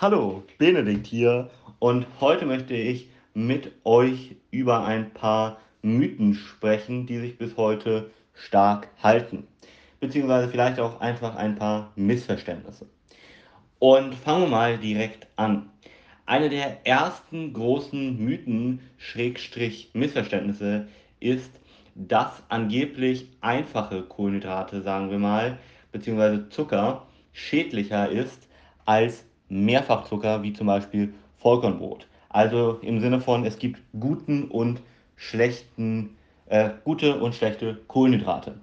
Hallo, Benedikt hier und heute möchte ich mit euch über ein paar Mythen sprechen, die sich bis heute stark halten, beziehungsweise vielleicht auch einfach ein paar Missverständnisse. Und fangen wir mal direkt an. Eine der ersten großen Mythen, Schrägstrich Missverständnisse, ist, dass angeblich einfache Kohlenhydrate, sagen wir mal, beziehungsweise Zucker, schädlicher ist als Mehrfachzucker, wie zum Beispiel Vollkornbrot. Also im Sinne von, es gibt gute und schlechte Kohlenhydrate.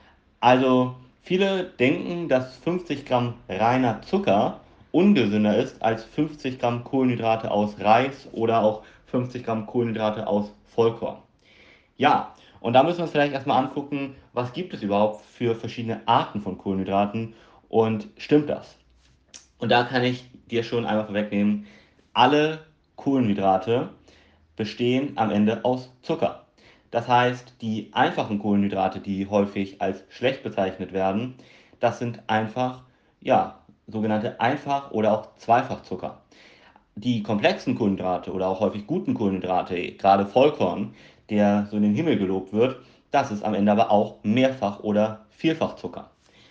Also viele denken, dass 50 Gramm reiner Zucker ungesünder ist als 50 Gramm Kohlenhydrate aus Reis oder auch 50 Gramm Kohlenhydrate aus Vollkorn. Ja, und da müssen wir uns vielleicht erstmal angucken, was gibt es überhaupt für verschiedene Arten von Kohlenhydraten und stimmt das? Und da kann ich dir schon einmal vorwegnehmen, alle Kohlenhydrate bestehen am Ende aus Zucker. Das heißt, die einfachen Kohlenhydrate, die häufig als schlecht bezeichnet werden, das sind einfach, ja, sogenannte Einfach- oder auch Zweifachzucker. Die komplexen Kohlenhydrate oder auch häufig guten Kohlenhydrate, gerade Vollkorn, der so in den Himmel gelobt wird, das ist am Ende aber auch Mehrfach- oder Vielfachzucker.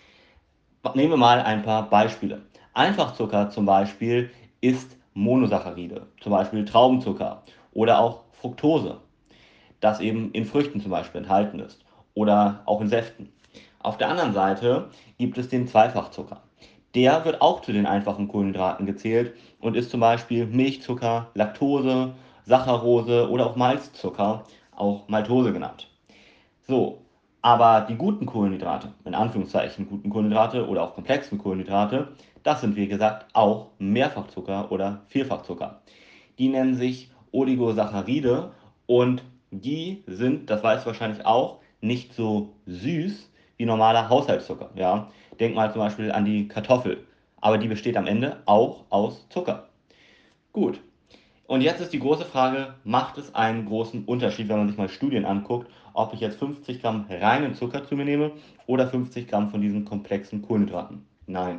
Nehmen wir mal ein paar Beispiele. Einfachzucker zum Beispiel ist Monosaccharide, zum Beispiel Traubenzucker oder auch Fructose, das eben in Früchten zum Beispiel enthalten ist oder auch in Säften. Auf der anderen Seite gibt es den Zweifachzucker. Der wird auch zu den einfachen Kohlenhydraten gezählt und ist zum Beispiel Milchzucker, Laktose, Saccharose oder auch Malzzucker, auch Maltose genannt. So, aber die guten Kohlenhydrate, in Anführungszeichen guten Kohlenhydrate oder auch komplexen Kohlenhydrate, das sind wie gesagt auch Mehrfachzucker oder Vielfachzucker. Die nennen sich Oligosaccharide und die sind, das weißt du wahrscheinlich auch, nicht so süß wie normaler Haushaltszucker. Ja? Denk mal zum Beispiel an die Kartoffel, aber die besteht am Ende auch aus Zucker. Gut, und jetzt ist die große Frage, macht es einen großen Unterschied, wenn man sich mal Studien anguckt, ob ich jetzt 50 Gramm reinen Zucker zu mir nehme oder 50 Gramm von diesen komplexen Kohlenhydraten? Nein.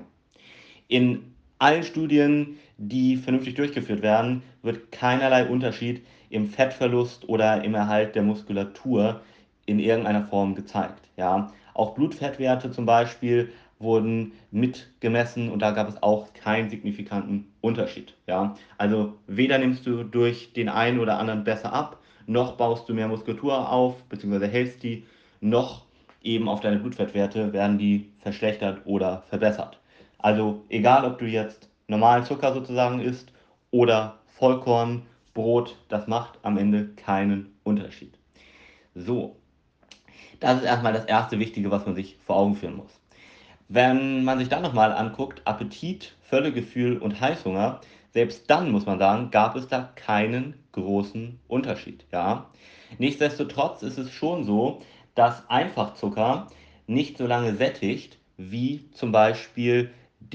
In allen Studien, die vernünftig durchgeführt werden, wird keinerlei Unterschied im Fettverlust oder im Erhalt der Muskulatur in irgendeiner Form gezeigt. Ja? Auch Blutfettwerte zum Beispiel wurden mitgemessen und da gab es auch keinen signifikanten Unterschied. Ja? Also weder nimmst du durch den einen oder anderen besser ab, noch baust du mehr Muskulatur auf, beziehungsweise hältst die, noch eben auf deine Blutfettwerte werden die verschlechtert oder verbessert. Also egal, ob du jetzt normalen Zucker sozusagen isst oder Vollkorn, Brot, das macht am Ende keinen Unterschied. So, das ist erstmal das erste Wichtige, was man sich vor Augen führen muss. Wenn man sich dann nochmal anguckt, Appetit, Völlegefühl und Heißhunger, selbst dann muss man sagen, gab es da keinen großen Unterschied. Ja? Nichtsdestotrotz ist es schon so, dass Einfachzucker nicht so lange sättigt wie zum Beispiel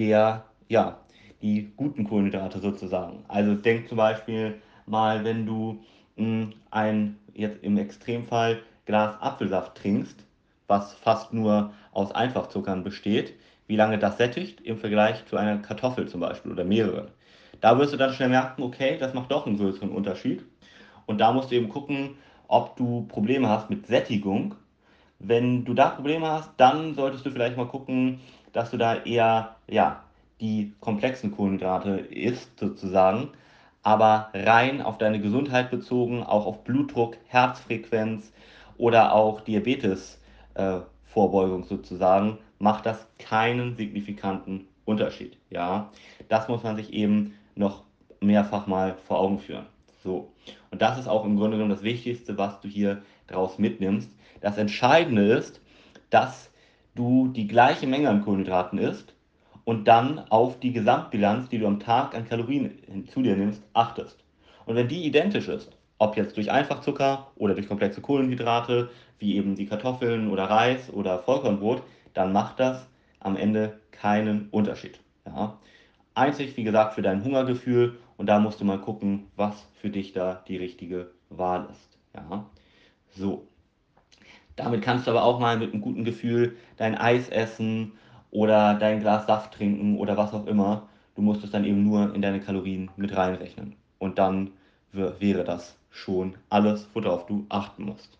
die guten Kohlenhydrate sozusagen. Also denk zum Beispiel mal, wenn du jetzt im Extremfall Glas Apfelsaft trinkst, was fast nur aus Einfachzuckern besteht, wie lange das sättigt im Vergleich zu einer Kartoffel zum Beispiel oder mehreren. Da wirst du dann schnell merken, okay, das macht doch einen größeren Unterschied. Und da musst du eben gucken, ob du Probleme hast mit Sättigung. Wenn du da Probleme hast, dann solltest du vielleicht mal gucken, dass du da eher die komplexen Kohlenhydrate isst, sozusagen, aber rein auf deine Gesundheit bezogen, auch auf Blutdruck, Herzfrequenz oder auch Diabetes-Vorbeugung sozusagen, macht das keinen signifikanten Unterschied. Ja, das muss man sich eben noch mehrfach mal vor Augen führen. So, und das ist auch im Grunde genommen das Wichtigste, was du hier draus mitnimmst. Das Entscheidende ist, dass du die gleiche Menge an Kohlenhydraten isst und dann auf die Gesamtbilanz, die du am Tag an Kalorien zu dir nimmst, achtest. Und wenn die identisch ist, ob jetzt durch Einfachzucker oder durch komplexe Kohlenhydrate, wie eben die Kartoffeln oder Reis oder Vollkornbrot, dann macht das am Ende keinen Unterschied. Ja? Einzig, wie gesagt, für dein Hungergefühl und da musst du mal gucken, was für dich da die richtige Wahl ist. Ja? So, damit kannst du aber auch mal mit einem guten Gefühl dein Eis essen oder dein Glas Saft trinken oder was auch immer Du musst es dann eben nur in deine Kalorien mit reinrechnen. Und dann wäre das schon alles, worauf du achten musst.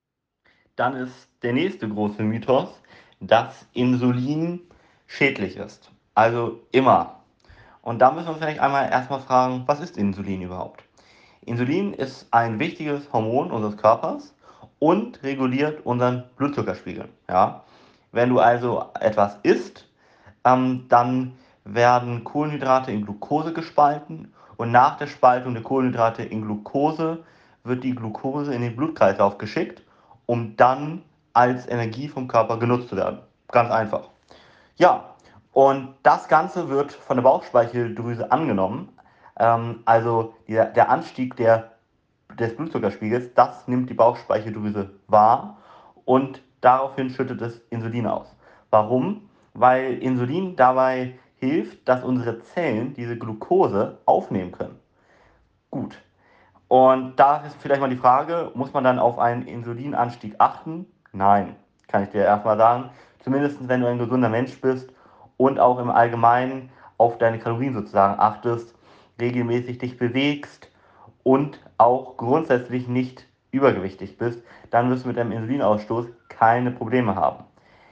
Dann ist der nächste große Mythos, dass Insulin schädlich ist. Also immer. Und da müssen wir uns vielleicht einmal erstmal fragen, was ist Insulin überhaupt? Insulin ist ein wichtiges Hormon unseres Körpers und reguliert unseren Blutzuckerspiegel. Ja? Wenn du also etwas isst, dann werden Kohlenhydrate in Glucose gespalten und nach der Spaltung der Kohlenhydrate in Glucose wird die Glucose in den Blutkreislauf geschickt, um dann als Energie vom Körper genutzt zu werden. Ganz einfach. Ja, und das Ganze wird von der Bauchspeicheldrüse angenommen. Also der Anstieg des Blutzuckerspiegels, das nimmt die Bauchspeicheldrüse wahr und daraufhin schüttet es Insulin aus. Warum? Weil Insulin dabei hilft, dass unsere Zellen diese Glucose aufnehmen können. Gut. Und da ist vielleicht mal die Frage, muss man dann auf einen Insulinanstieg achten? Nein, kann ich dir erstmal sagen. Zumindest wenn du ein gesunder Mensch bist und auch im Allgemeinen auf deine Kalorien sozusagen achtest, regelmäßig dich bewegst und auch grundsätzlich nicht übergewichtig bist, dann wirst du mit deinem Insulinausstoß keine Probleme haben.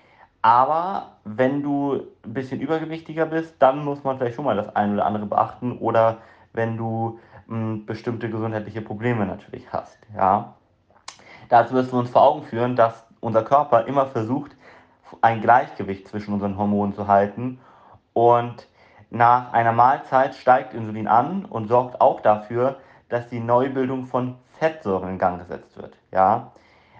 Aber wenn du ein bisschen übergewichtiger bist, dann muss man vielleicht schon mal das eine oder andere beachten oder wenn du bestimmte gesundheitliche Probleme natürlich hast. Ja? Dazu müssen wir uns vor Augen führen, dass unser Körper immer versucht, ein Gleichgewicht zwischen unseren Hormonen zu halten. Und nach einer Mahlzeit steigt Insulin an und sorgt auch dafür, dass die Neubildung von Fettsäuren in Gang gesetzt wird. Ja?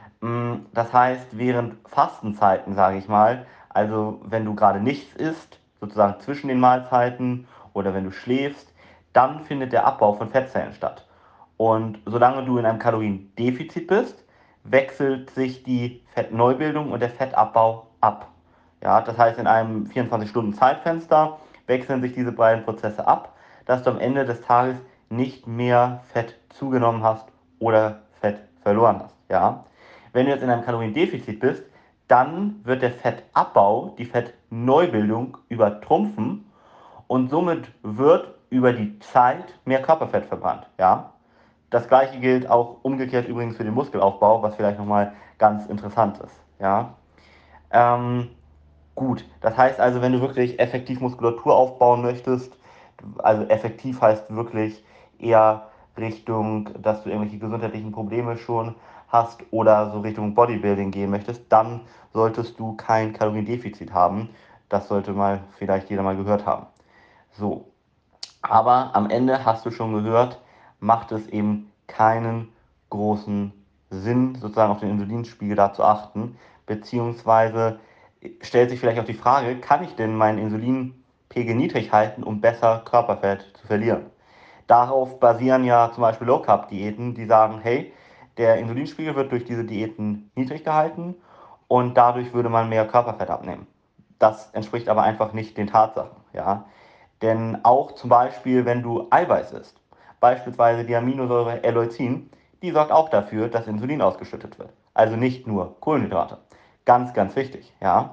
Das heißt, während Fastenzeiten, sage ich mal, also wenn du gerade nichts isst, sozusagen zwischen den Mahlzeiten oder wenn du schläfst, dann findet der Abbau von Fettzellen statt. Und solange du in einem Kaloriendefizit bist, wechselt sich die Fettneubildung und der Fettabbau ab. Ja, das heißt, in einem 24-Stunden-Zeitfenster wechseln sich diese beiden Prozesse ab, dass du am Ende des Tages nicht mehr Fett zugenommen hast oder Fett verloren hast. Ja? Wenn du jetzt in einem Kaloriendefizit bist, dann wird der Fettabbau die Fettneubildung übertrumpfen und somit wird über die Zeit mehr Körperfett verbrannt. Ja? Das gleiche gilt auch umgekehrt übrigens für den Muskelaufbau, was vielleicht nochmal ganz interessant ist. Ja? Ähm, gut, das heißt also, wenn du wirklich effektiv Muskulatur aufbauen möchtest, also effektiv heißt wirklich eher Richtung, dass du irgendwelche gesundheitlichen Probleme schon hast oder so Richtung Bodybuilding gehen möchtest, dann solltest du kein Kaloriendefizit haben. Das sollte mal vielleicht jeder mal gehört haben. So, aber am Ende hast du schon gehört, macht es eben keinen großen Sinn, sozusagen auf den Insulinspiegel da zu achten, beziehungsweise stellt sich vielleicht auch die Frage, kann ich denn meinen Insulinpegel niedrig halten, um besser Körperfett zu verlieren? Darauf basieren ja zum Beispiel Low-Carb-Diäten, die sagen, hey, der Insulinspiegel wird durch diese Diäten niedrig gehalten und dadurch würde man mehr Körperfett abnehmen. Das entspricht aber einfach nicht den Tatsachen. Ja? Denn auch zum Beispiel, wenn du Eiweiß isst, beispielsweise die Aminosäure Leucin, die sorgt auch dafür, dass Insulin ausgeschüttet wird. Also nicht nur Kohlenhydrate. Ganz, ganz wichtig. Ja?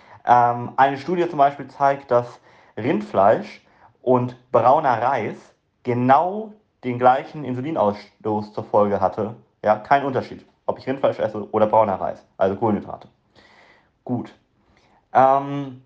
Eine Studie zum Beispiel zeigt, dass Rindfleisch und brauner Reis genau den gleichen Insulinausstoß zur Folge hatte. Ja, kein Unterschied, ob ich Rindfleisch esse oder brauner Reis, also Kohlenhydrate. Gut. Ähm,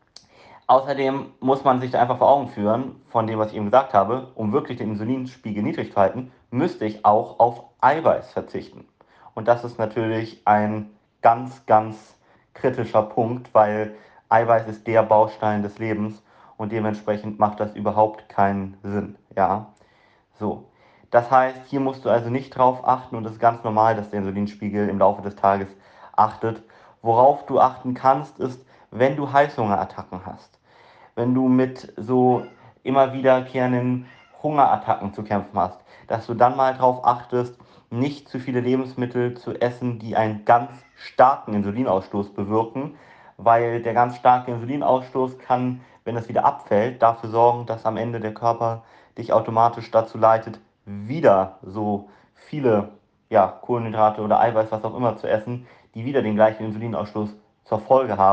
Außerdem muss man sich da einfach vor Augen führen, von dem, was ich eben gesagt habe, um wirklich den Insulinspiegel niedrig zu halten, müsste ich auch auf Eiweiß verzichten. Und das ist natürlich ein ganz, ganz kritischer Punkt, weil Eiweiß ist der Baustein des Lebens und dementsprechend macht das überhaupt keinen Sinn. Ja, so. Das heißt, hier musst du also nicht drauf achten und es ist ganz normal, dass der Insulinspiegel im Laufe des Tages achtet. Worauf du achten kannst, ist, wenn du Heißhungerattacken hast, wenn du mit so immer wiederkehrenden Hungerattacken zu kämpfen hast, dass du dann mal darauf achtest, nicht zu viele Lebensmittel zu essen, die einen ganz starken Insulinausstoß bewirken, weil der ganz starke Insulinausstoß kann, wenn es wieder abfällt, dafür sorgen, dass am Ende der Körper dich automatisch dazu leitet, wieder so viele Kohlenhydrate oder Eiweiß, was auch immer zu essen, die wieder den gleichen Insulinausstoß zur Folge haben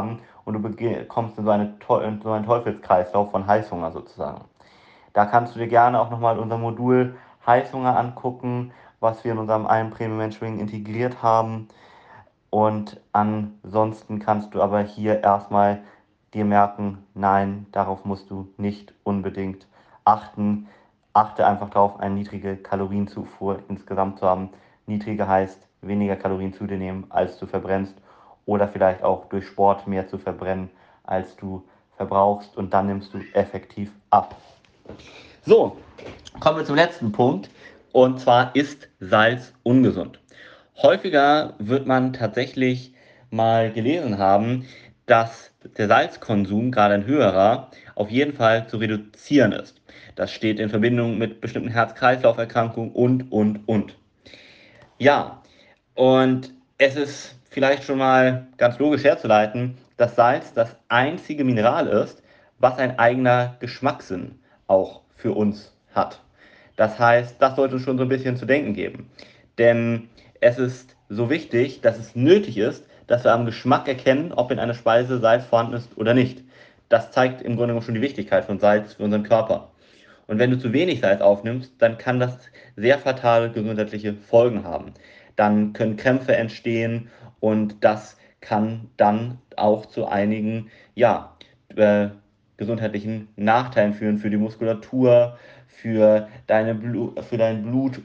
und du kommst in in so einen Teufelskreislauf von Heißhunger sozusagen. Da kannst du dir gerne auch nochmal unser Modul Heißhunger angucken, was wir in unserem einen Premium Mentoring integriert haben. Und ansonsten kannst du aber hier erstmal dir merken, nein, darauf musst du nicht unbedingt achten. Achte einfach darauf, eine niedrige Kalorienzufuhr insgesamt zu haben. Niedrige heißt weniger Kalorien zu dir nehmen, als du verbrennst. Oder vielleicht auch durch Sport mehr zu verbrennen, als du verbrauchst. Und dann nimmst du effektiv ab. So, kommen wir zum letzten Punkt. Und zwar ist Salz ungesund. Häufiger wird man tatsächlich mal gelesen haben, dass der Salzkonsum, gerade ein höherer, auf jeden Fall zu reduzieren ist. Das steht in Verbindung mit bestimmten Herz-Kreislauf-Erkrankungen und. Ja, und es ist vielleicht schon mal ganz logisch herzuleiten, dass Salz das einzige Mineral ist, was ein eigener Geschmackssinn auch für uns hat. Das heißt, das sollte uns schon so ein bisschen zu denken geben. Denn es ist so wichtig, dass es nötig ist, dass wir am Geschmack erkennen, ob in einer Speise Salz vorhanden ist oder nicht. Das zeigt im Grunde genommen schon die Wichtigkeit von Salz für unseren Körper. Und wenn du zu wenig Salz aufnimmst, dann kann das sehr fatale gesundheitliche Folgen haben. Dann können Krämpfe entstehen und das kann dann auch zu einigen, ja, äh, gesundheitlichen Nachteilen führen für die Muskulatur, für dein Blut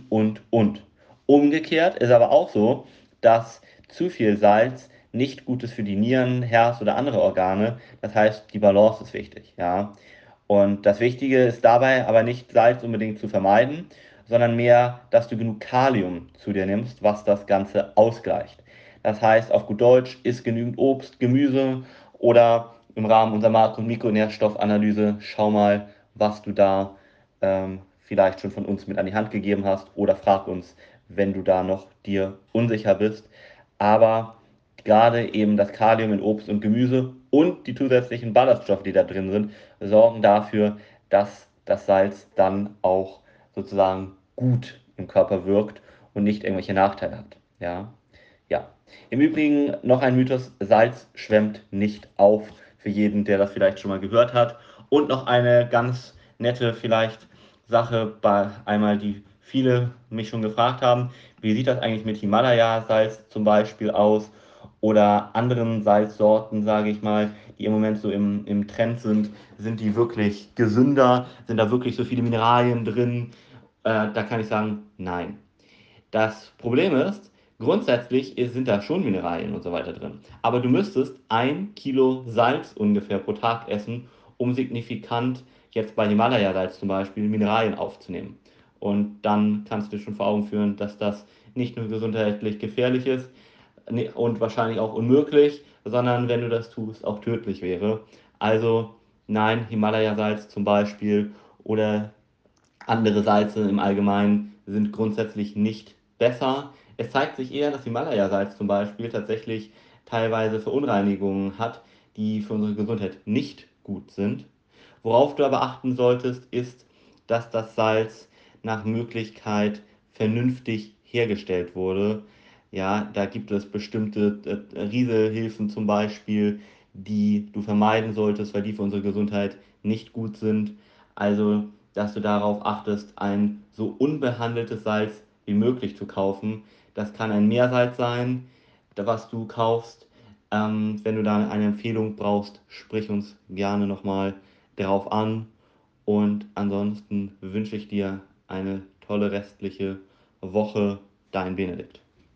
und. Umgekehrt ist aber auch so, dass zu viel Salz nicht gut ist für die Nieren, Herz oder andere Organe. Das heißt, die Balance ist wichtig, ja. Und das Wichtige ist dabei aber nicht Salz unbedingt zu vermeiden, sondern mehr, dass du genug Kalium zu dir nimmst, was das Ganze ausgleicht. Das heißt, auf gut Deutsch, isst genügend Obst, Gemüse oder im Rahmen unserer Makro- und Mikronährstoffanalyse schau mal, was du da vielleicht schon von uns mit an die Hand gegeben hast oder frag uns, wenn du da noch dir unsicher bist. Aber gerade eben das Kalium in Obst und Gemüse und die zusätzlichen Ballaststoffe, die da drin sind, sorgen dafür, dass das Salz dann auch sozusagen gut im Körper wirkt und nicht irgendwelche Nachteile hat. Ja, ja. Im Übrigen noch ein Mythos: Salz schwemmt nicht auf, für jeden, der das vielleicht schon mal gehört hat. Und noch eine ganz nette vielleicht Sache, bei einmal, die viele mich schon gefragt haben: Wie sieht das eigentlich mit Himalaya-Salz zum Beispiel aus oder anderen Salzsorten, sage ich mal, die im Moment so im Trend sind? Sind die wirklich gesünder? Sind da wirklich so viele Mineralien drin? Da kann ich sagen, nein. Das Problem ist, grundsätzlich sind da schon Mineralien und so weiter drin. Aber du müsstest 1 Kilo Salz ungefähr pro Tag essen, um signifikant jetzt bei Himalaya-Salz zum Beispiel Mineralien aufzunehmen. Und dann kannst du dir schon vor Augen führen, dass das nicht nur gesundheitlich gefährlich ist und wahrscheinlich auch unmöglich, sondern wenn du das tust, auch tödlich wäre. Also nein, Himalaya-Salz zum Beispiel oder andere Salze im Allgemeinen sind grundsätzlich nicht besser. Es zeigt sich eher, dass Himalaya-Salz zum Beispiel tatsächlich teilweise Verunreinigungen hat, die für unsere Gesundheit nicht gut sind. Worauf du aber achten solltest, ist, dass das Salz nach Möglichkeit vernünftig hergestellt wurde. Ja, da gibt es bestimmte Rieselhilfen zum Beispiel, die du vermeiden solltest, weil die für unsere Gesundheit nicht gut sind. Also, dass du darauf achtest, ein so unbehandeltes Salz wie möglich zu kaufen. Das kann ein Meersalz sein, was du kaufst. Wenn du da eine Empfehlung brauchst, sprich uns gerne nochmal darauf an. Und ansonsten wünsche ich dir eine tolle restliche Woche. Dein Benedikt.